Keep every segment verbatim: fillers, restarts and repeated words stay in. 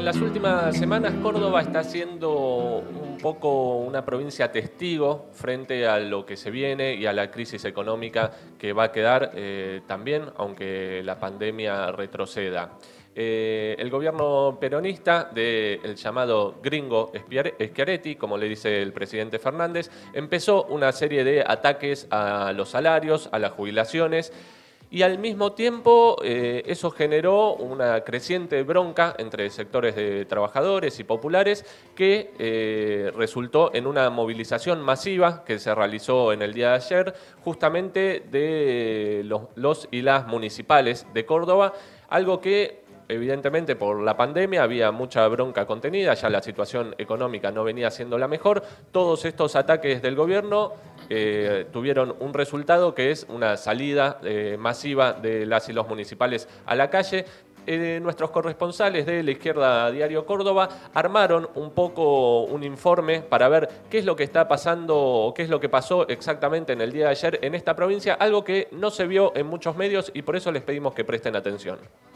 En las últimas semanas Córdoba está siendo un poco una provincia testigo frente a lo que se viene y a la crisis económica que va a quedar eh, también, aunque la pandemia retroceda. Eh, el gobierno peronista del llamado gringo Schiaretti, como le dice el presidente Fernández, empezó una serie de ataques a los salarios, a las jubilaciones, y al mismo tiempo eh, eso generó una creciente bronca entre sectores de trabajadores y populares que eh, resultó en una movilización masiva que se realizó en el día de ayer justamente de los, los y las municipales de Córdoba, algo que evidentemente por la pandemia había mucha bronca contenida, ya la situación económica no venía siendo la mejor. Todos estos ataques del gobierno eh, tuvieron un resultado que es una salida eh, masiva de las y los municipales a la calle. Eh, nuestros corresponsales de La Izquierda Diario Córdoba armaron un poco un informe para ver qué es lo que está pasando o qué es lo que pasó exactamente en el día de ayer en esta provincia, algo que no se vio en muchos medios y por eso les pedimos que presten atención.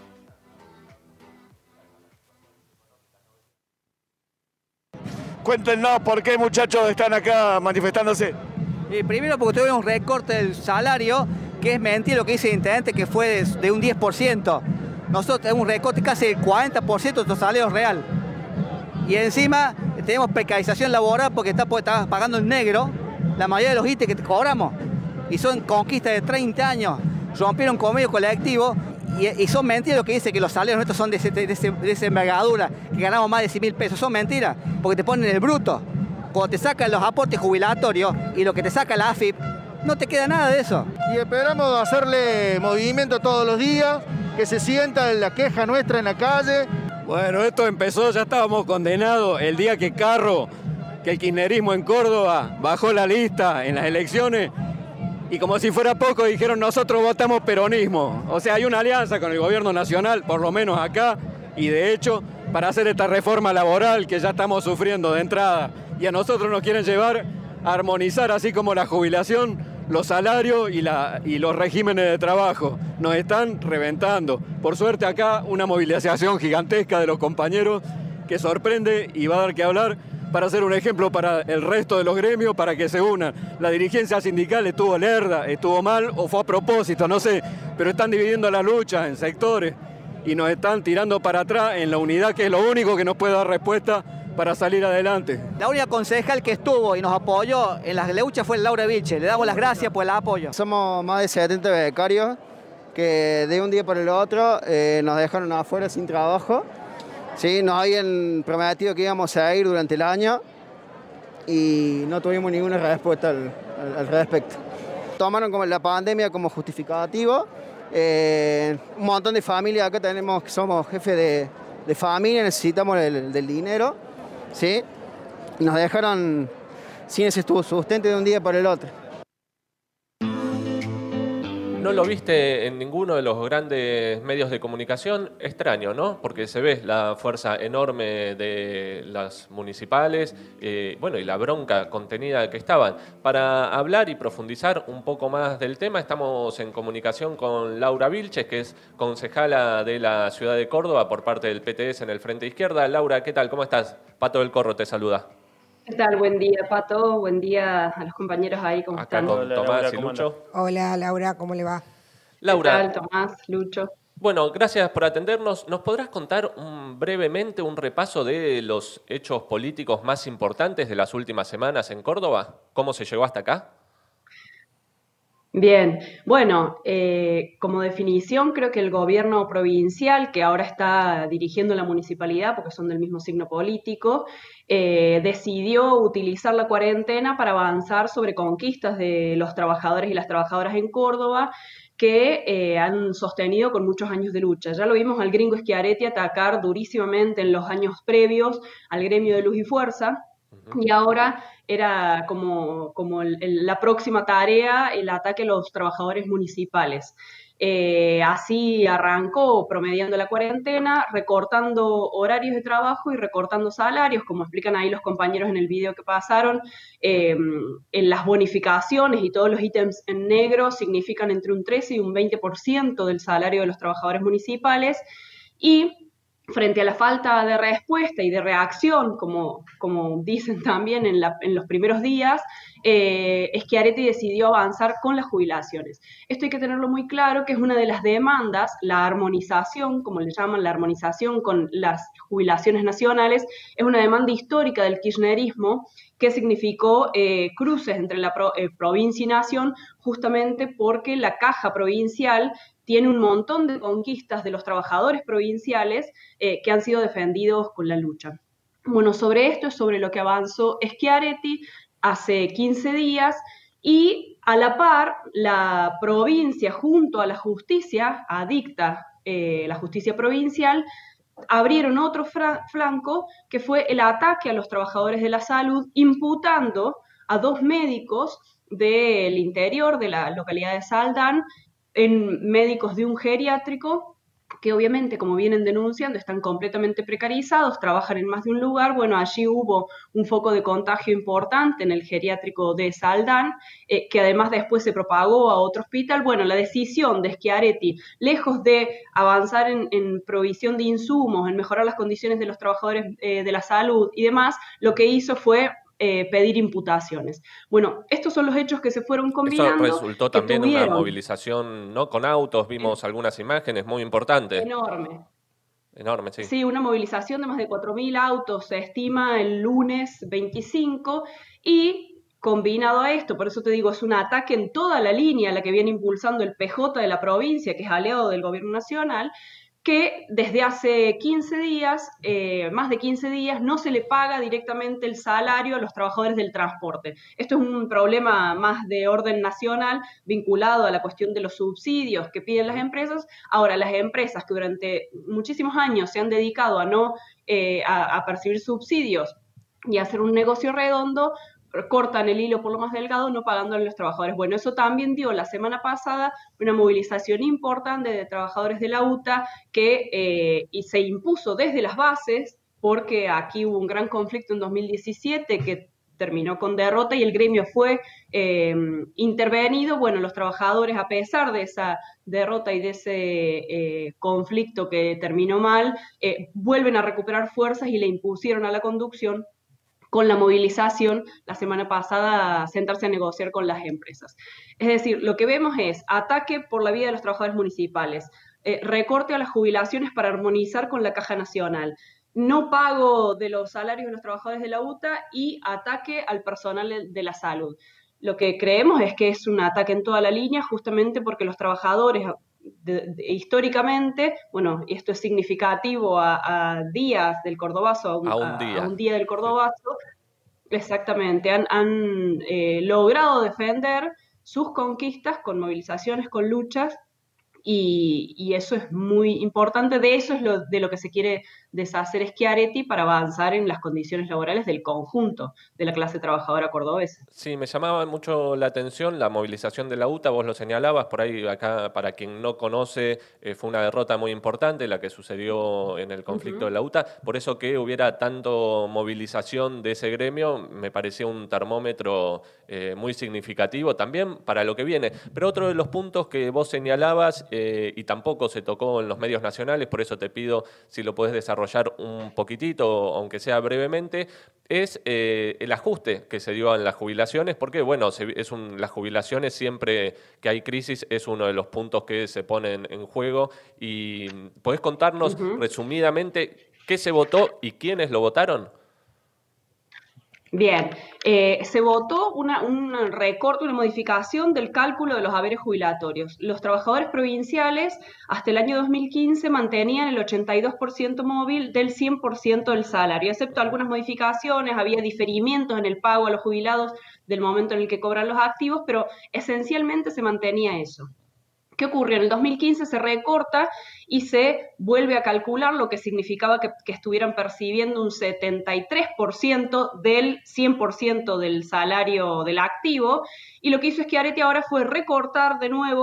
Cuéntenos por qué, muchachos, están acá manifestándose. Eh, primero porque tuvimos un recorte del salario, que es mentira lo que dice el intendente, que fue de, de un diez por ciento. Nosotros tenemos un recorte casi del cuarenta por ciento de nuestro salario real. Y encima tenemos precarización laboral porque está, porque está pagando el negro la mayoría de los ítems que cobramos. Y son conquistas de treinta años. Rompieron convenio colectivo. Y, y son mentiras lo que dice que los salarios nuestros son de, ese, de, ese, de esa envergadura, que ganamos más de cien mil pesos. Son mentiras, porque te ponen el bruto. Cuando te sacan los aportes jubilatorios y lo que te saca la A F I P, no te queda nada de eso. Y esperamos hacerle movimiento todos los días, que se sienta la queja nuestra en la calle. Bueno, esto empezó, ya estábamos condenados el día que Carro, que el kirchnerismo en Córdoba bajó la lista en las elecciones. Y como si fuera poco, dijeron nosotros votamos peronismo. O sea, hay una alianza con el gobierno nacional, por lo menos acá, y de hecho, para hacer esta reforma laboral que ya estamos sufriendo de entrada. Y a nosotros nos quieren llevar a armonizar, así como la jubilación, los salarios y, la, y los regímenes de trabajo. Nos están reventando. Por suerte acá, una movilización gigantesca de los compañeros que sorprende y va a dar que hablar, para ser un ejemplo para el resto de los gremios, para que se unan. La dirigencia sindical estuvo lerda, estuvo mal o fue a propósito, no sé, pero están dividiendo la lucha en sectores y nos están tirando para atrás en la unidad, que es lo único que nos puede dar respuesta para salir adelante. La única concejal que estuvo y nos apoyó en las luchas fue Laura Vilche. Le damos las gracias por el apoyo. Somos más de setenta becarios que de un día para el otro eh, nos dejaron afuera sin trabajo. Sí, nos habían prometido que íbamos a ir durante el año y no tuvimos ninguna respuesta al, al, al respecto. Tomaron como la pandemia como justificativo. Eh, un montón de familias acá tenemos, que somos jefes de, de familia, necesitamos el, del dinero, ¿sí? Y nos dejaron sin ese sustento de un día para el otro. No lo viste en ninguno de los grandes medios de comunicación, extraño, ¿no? Porque se ve la fuerza enorme de las municipales, eh, bueno, y la bronca contenida que estaban. Para hablar y profundizar un poco más del tema, estamos en comunicación con Laura Vilches, que es concejala de la ciudad de Córdoba por parte del P T S en el Frente Izquierda. Laura, ¿qué tal? ¿Cómo estás? Pato del Corro te saluda. ¿Qué tal? Buen día, Pato. Buen día a los compañeros ahí. ¿Cómo Acá están? con Hola, Tomás Laura, y Lucho. Hola, Laura, ¿cómo le va? Laura. ¿Qué tal, Tomás, Lucho? Bueno, gracias por atendernos. ¿Nos podrás contar un, brevemente un repaso de los hechos políticos más importantes de las últimas semanas en Córdoba? ¿Cómo se llegó hasta acá? Bien, bueno, eh, como definición creo que el gobierno provincial, que ahora está dirigiendo la municipalidad porque son del mismo signo político, eh, decidió utilizar la cuarentena para avanzar sobre conquistas de los trabajadores y las trabajadoras en Córdoba que eh, han sostenido con muchos años de lucha. Ya lo vimos al gringo Schiaretti atacar durísimamente en los años previos al gremio de Luz y Fuerza, y ahora era como, como el, el, la próxima tarea el ataque a los trabajadores municipales. Eh, así arrancó promediando la cuarentena, recortando horarios de trabajo y recortando salarios, como explican ahí los compañeros en el video que pasaron. Eh, en las bonificaciones y todos los ítems en negro significan entre un trece y un veinte por ciento del salario de los trabajadores municipales, y frente a la falta de respuesta y de reacción, como, como dicen también en, la, en los primeros días, eh, Schiaretti decidió avanzar con las jubilaciones. Esto hay que tenerlo muy claro, que es una de las demandas, la armonización, como le llaman, la armonización con las jubilaciones nacionales, es una demanda histórica del kirchnerismo que significó eh, cruces entre la pro, eh, provincia y nación, justamente porque la caja provincial tiene un montón de conquistas de los trabajadores provinciales eh, que han sido defendidos con la lucha. Bueno, sobre esto es sobre lo que avanzó Schiaretti hace quince días y a la par la provincia junto a la justicia adicta, eh, la justicia provincial, abrieron otro flanco que fue el ataque a los trabajadores de la salud, imputando a dos médicos del interior de la localidad de Saldán, en médicos de un geriátrico, que obviamente, como vienen denunciando, están completamente precarizados, trabajan en más de un lugar. Bueno, allí hubo un foco de contagio importante en el geriátrico de Saldán, eh, que además después se propagó a otro hospital. Bueno, la decisión de Schiaretti, lejos de avanzar en, en provisión de insumos, en mejorar las condiciones de los trabajadores eh, de la salud y demás, lo que hizo fue Eh, pedir imputaciones. Bueno, estos son los hechos que se fueron combinando. Eso resultó también tuvieron... una movilización, ¿no? Con autos, vimos eh, algunas imágenes muy importantes. Enorme. Enorme, sí. Sí, una movilización de más de cuatro mil autos se estima el lunes veinticinco y combinado a esto, por eso te digo, es un ataque en toda la línea, la que viene impulsando el P J de la provincia, que es aliado del gobierno nacional, que desde hace quince días, eh, más de quince días, no se le paga directamente el salario a los trabajadores del transporte. Esto es un problema más de orden nacional vinculado a la cuestión de los subsidios que piden las empresas. Ahora, las empresas que durante muchísimos años se han dedicado a no eh, a, a percibir subsidios y a hacer un negocio redondo, cortan el hilo por lo más delgado, no pagándole a los trabajadores. Bueno, eso también dio la semana pasada una movilización importante de trabajadores de la U T A que eh, y se impuso desde las bases, porque aquí hubo un gran conflicto en dos mil diecisiete que terminó con derrota y el gremio fue eh, intervenido. Bueno, los trabajadores, a pesar de esa derrota y de ese eh, conflicto que terminó mal, eh, vuelven a recuperar fuerzas y le impusieron a la conducción, con la movilización la semana pasada, a sentarse a negociar con las empresas. Es decir, lo que vemos es ataque por la vida de los trabajadores municipales, eh, recorte a las jubilaciones para armonizar con la Caja Nacional, no pago de los salarios de los trabajadores de la U T A y ataque al personal de la salud. Lo que creemos es que es un ataque en toda la línea, justamente porque los trabajadores De, de, históricamente, bueno, esto es significativo a, a días del Cordobazo, a un, a un, día. A un día del Cordobazo, exactamente, han, han eh, logrado defender sus conquistas con movilizaciones, con luchas, y, y eso es muy importante. De eso es lo, de lo que se quiere deshacer Schiaretti para avanzar en las condiciones laborales del conjunto de la clase trabajadora cordobesa. Sí, me llamaba mucho la atención la movilización de la U T A, vos lo señalabas, por ahí acá, para quien no conoce, eh, fue una derrota muy importante la que sucedió en el conflicto uh-huh. de la U T A, por eso que hubiera tanto movilización de ese gremio, me parecía un termómetro eh, muy significativo también para lo que viene. Pero otro de los puntos que vos señalabas, eh, y tampoco se tocó en los medios nacionales, por eso te pido si lo podés desarrollar un poquitito, aunque sea brevemente, es eh, el ajuste que se dio en las jubilaciones, porque bueno, se, es un, las jubilaciones siempre que hay crisis es uno de los puntos que se ponen en juego. Y ¿podés contarnos uh-huh. resumidamente qué se votó y quiénes lo votaron? Bien, eh, se votó una, un recorte, una modificación del cálculo de los haberes jubilatorios. Los trabajadores provinciales hasta el año dos mil quince mantenían el ochenta y dos por ciento móvil del cien por ciento del salario, excepto algunas modificaciones, había diferimientos en el pago a los jubilados del momento en el que cobran los activos, pero esencialmente se mantenía eso. ¿Qué ocurrió? En el dos mil quince se recorta y se vuelve a calcular lo que significaba que, que estuvieran percibiendo un setenta y tres por ciento del cien por ciento del salario del activo, y lo que hizo Schiaretti ahora fue recortar de nuevo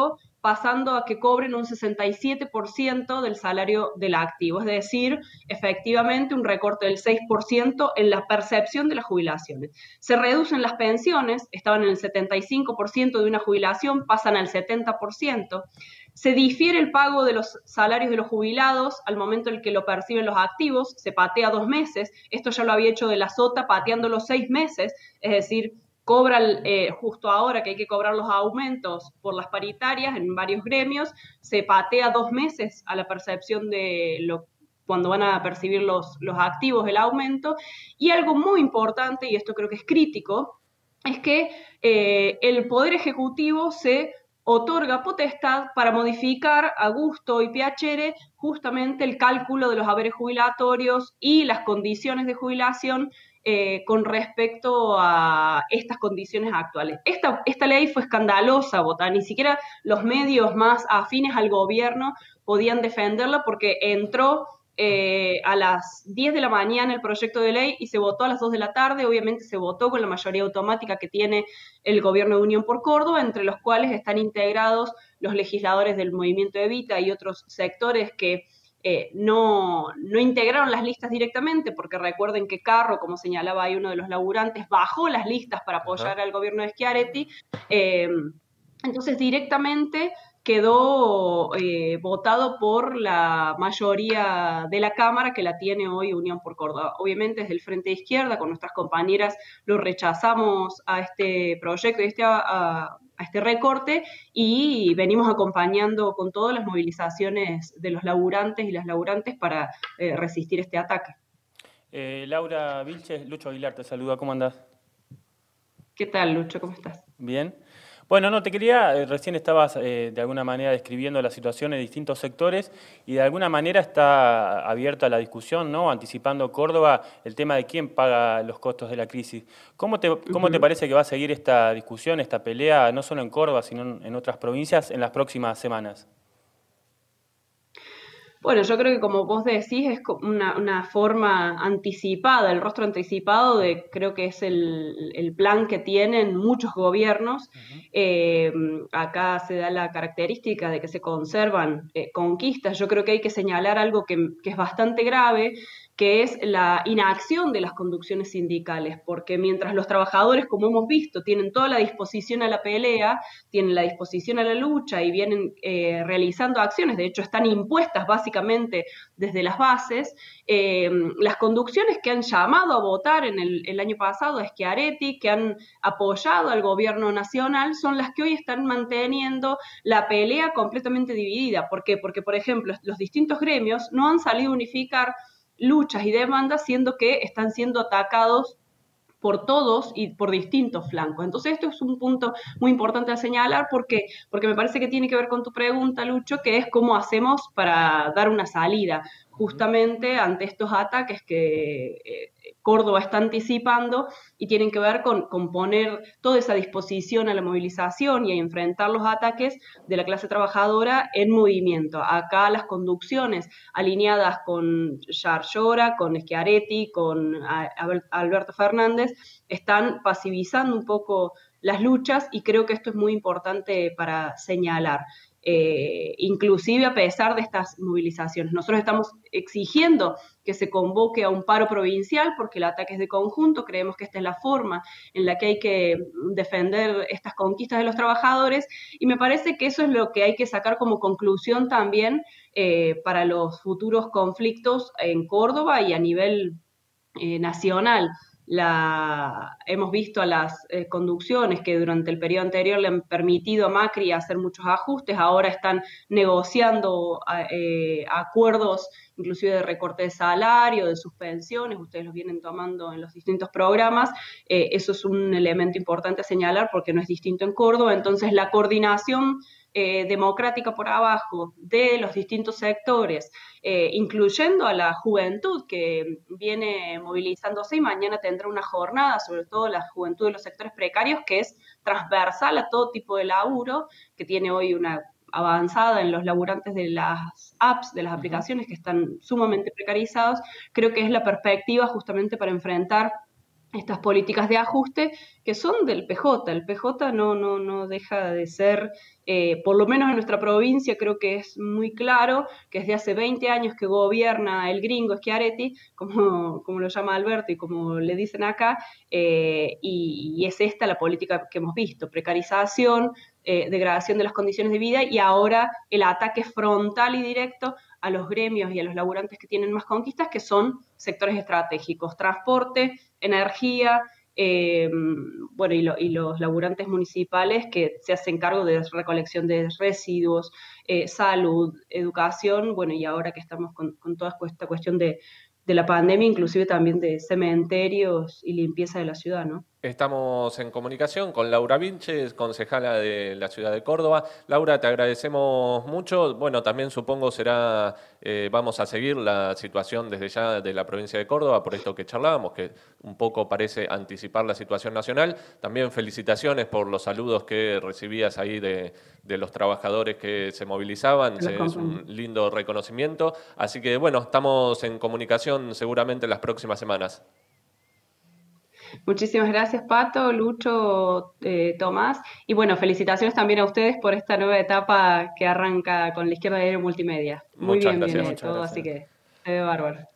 pasando a que cobren un sesenta y siete por ciento del salario del activo, es decir, efectivamente un recorte del seis por ciento en la percepción de las jubilaciones. Se reducen las pensiones, estaban en el setenta y cinco por ciento de una jubilación, pasan al setenta por ciento. Se difiere el pago de los salarios de los jubilados al momento en el que lo perciben los activos, se patea dos meses, esto ya lo había hecho de la Sota pateando los seis meses, es decir, cobran eh, justo ahora que hay que cobrar los aumentos por las paritarias en varios gremios, se patea dos meses a la percepción de lo cuando van a percibir los, los activos el aumento, y algo muy importante, y esto creo que es crítico, es que eh, el Poder Ejecutivo se otorga potestad para modificar a gusto y piacere justamente el cálculo de los haberes jubilatorios y las condiciones de jubilación eh, con respecto a estas condiciones actuales. Esta, esta ley fue escandalosa, Bota, ni siquiera los medios más afines al gobierno podían defenderla porque entró Eh, a las diez de la mañana el proyecto de ley y se votó a las dos de la tarde, obviamente se votó con la mayoría automática que tiene el gobierno de Unión por Córdoba, entre los cuales están integrados los legisladores del Movimiento Evita y otros sectores que eh, no, no integraron las listas directamente, porque recuerden que Carro, como señalaba ahí uno de los laburantes, bajó las listas para apoyar al gobierno de Schiaretti, eh, entonces directamente quedó eh, votado por la mayoría de la Cámara que la tiene hoy Unión por Córdoba. Obviamente desde el Frente de Izquierda, con nuestras compañeras, lo rechazamos a este proyecto, a este, a, a este recorte, y venimos acompañando con todas las movilizaciones de los laburantes y las laburantes para eh, resistir este ataque. Eh, Laura Vilches, Lucho Aguilar te saluda, ¿cómo andás? ¿Qué tal, Lucho? ¿Cómo estás? Bien. Bueno, no, te quería, eh, recién estabas eh, de alguna manera describiendo la situación en distintos sectores y de alguna manera está abierta la discusión, ¿no? Anticipando Córdoba el tema de quién paga los costos de la crisis. ¿Cómo te, cómo te parece que va a seguir esta discusión, esta pelea, no solo en Córdoba, sino en, en otras provincias en las próximas semanas? Bueno, yo creo que como vos decís, es una, una forma anticipada, el rostro anticipado de, creo que es el, el plan que tienen muchos gobiernos. Uh-huh. eh, acá se da la característica de que se conservan eh, conquistas. Yo creo que hay que señalar algo que, que es bastante grave, que es la inacción de las conducciones sindicales, porque mientras los trabajadores, como hemos visto, tienen toda la disposición a la pelea, tienen la disposición a la lucha y vienen eh, realizando acciones, de hecho están impuestas básicamente desde las bases, eh, las conducciones que han llamado a votar en el, el año pasado a Schiaretti, que han apoyado al gobierno nacional, son las que hoy están manteniendo la pelea completamente dividida. ¿Por qué? Porque, por ejemplo, los distintos gremios no han salido a unificar luchas y demandas, siendo que están siendo atacados por todos y por distintos flancos. Entonces esto es un punto muy importante a señalar porque, porque me parece que tiene que ver con tu pregunta, Lucho, que es cómo hacemos para dar una salida justamente ante estos ataques que eh, Córdoba está anticipando y tienen que ver con, con poner toda esa disposición a la movilización y a enfrentar los ataques de la clase trabajadora en movimiento. Acá las conducciones alineadas con Yarlora, con Schiaretti, con Alberto Fernández, están pasivizando un poco las luchas y creo que esto es muy importante para señalar. Eh, inclusive a pesar de estas movilizaciones. Nosotros estamos exigiendo que se convoque a un paro provincial porque el ataque es de conjunto, creemos que esta es la forma en la que hay que defender estas conquistas de los trabajadores y me parece que eso es lo que hay que sacar como conclusión también eh, para los futuros conflictos en Córdoba y a nivel eh, nacional. La, hemos visto a las eh, conducciones que durante el periodo anterior le han permitido a Macri hacer muchos ajustes, ahora están negociando eh, acuerdos inclusive de recorte de salario, de suspensiones, ustedes los vienen tomando en los distintos programas, eh, eso es un elemento importante a señalar porque no es distinto en Córdoba, entonces la coordinación Eh, democrática por abajo de los distintos sectores, eh, incluyendo a la juventud que viene movilizándose y mañana tendrá una jornada, sobre todo la juventud de los sectores precarios, que es transversal a todo tipo de laburo, que tiene hoy una avanzada en los laburantes de las apps, de las aplicaciones que están sumamente precarizados. Creo que es la perspectiva justamente para enfrentar estas políticas de ajuste que son del P J. El P J no, no, no deja de ser Eh, por lo menos en nuestra provincia creo que es muy claro que desde hace veinte años que gobierna el gringo Schiaretti, como, como lo llama Alberto y como le dicen acá, eh, y, y es esta la política que hemos visto, precarización, eh, degradación de las condiciones de vida y ahora el ataque frontal y directo a los gremios y a los laburantes que tienen más conquistas, que son sectores estratégicos, transporte, energía, Eh, bueno, y, lo, y los laburantes municipales que se hacen cargo de recolección de residuos, eh, salud, educación, bueno, y ahora que estamos con, con toda esta cuestión de, de la pandemia, inclusive también de cementerios y limpieza de la ciudad, ¿no? Estamos en comunicación con Laura Vilches, concejala de la ciudad de Córdoba. Laura, te agradecemos mucho. Bueno, también supongo será, eh, vamos a seguir la situación desde ya de la provincia de Córdoba, por esto que charlábamos, que un poco parece anticipar la situación nacional. También felicitaciones por los saludos que recibías ahí de, de los trabajadores que se movilizaban. Es un lindo reconocimiento. Así que, bueno, estamos en comunicación seguramente en las próximas semanas. Muchísimas gracias, Pato, Lucho, eh, Tomás. Y bueno, felicitaciones también a ustedes por esta nueva etapa que arranca con la Izquierda Diario Multimedia. Muy Muchas bien, gracias. viene todo, así que se ve bárbaro.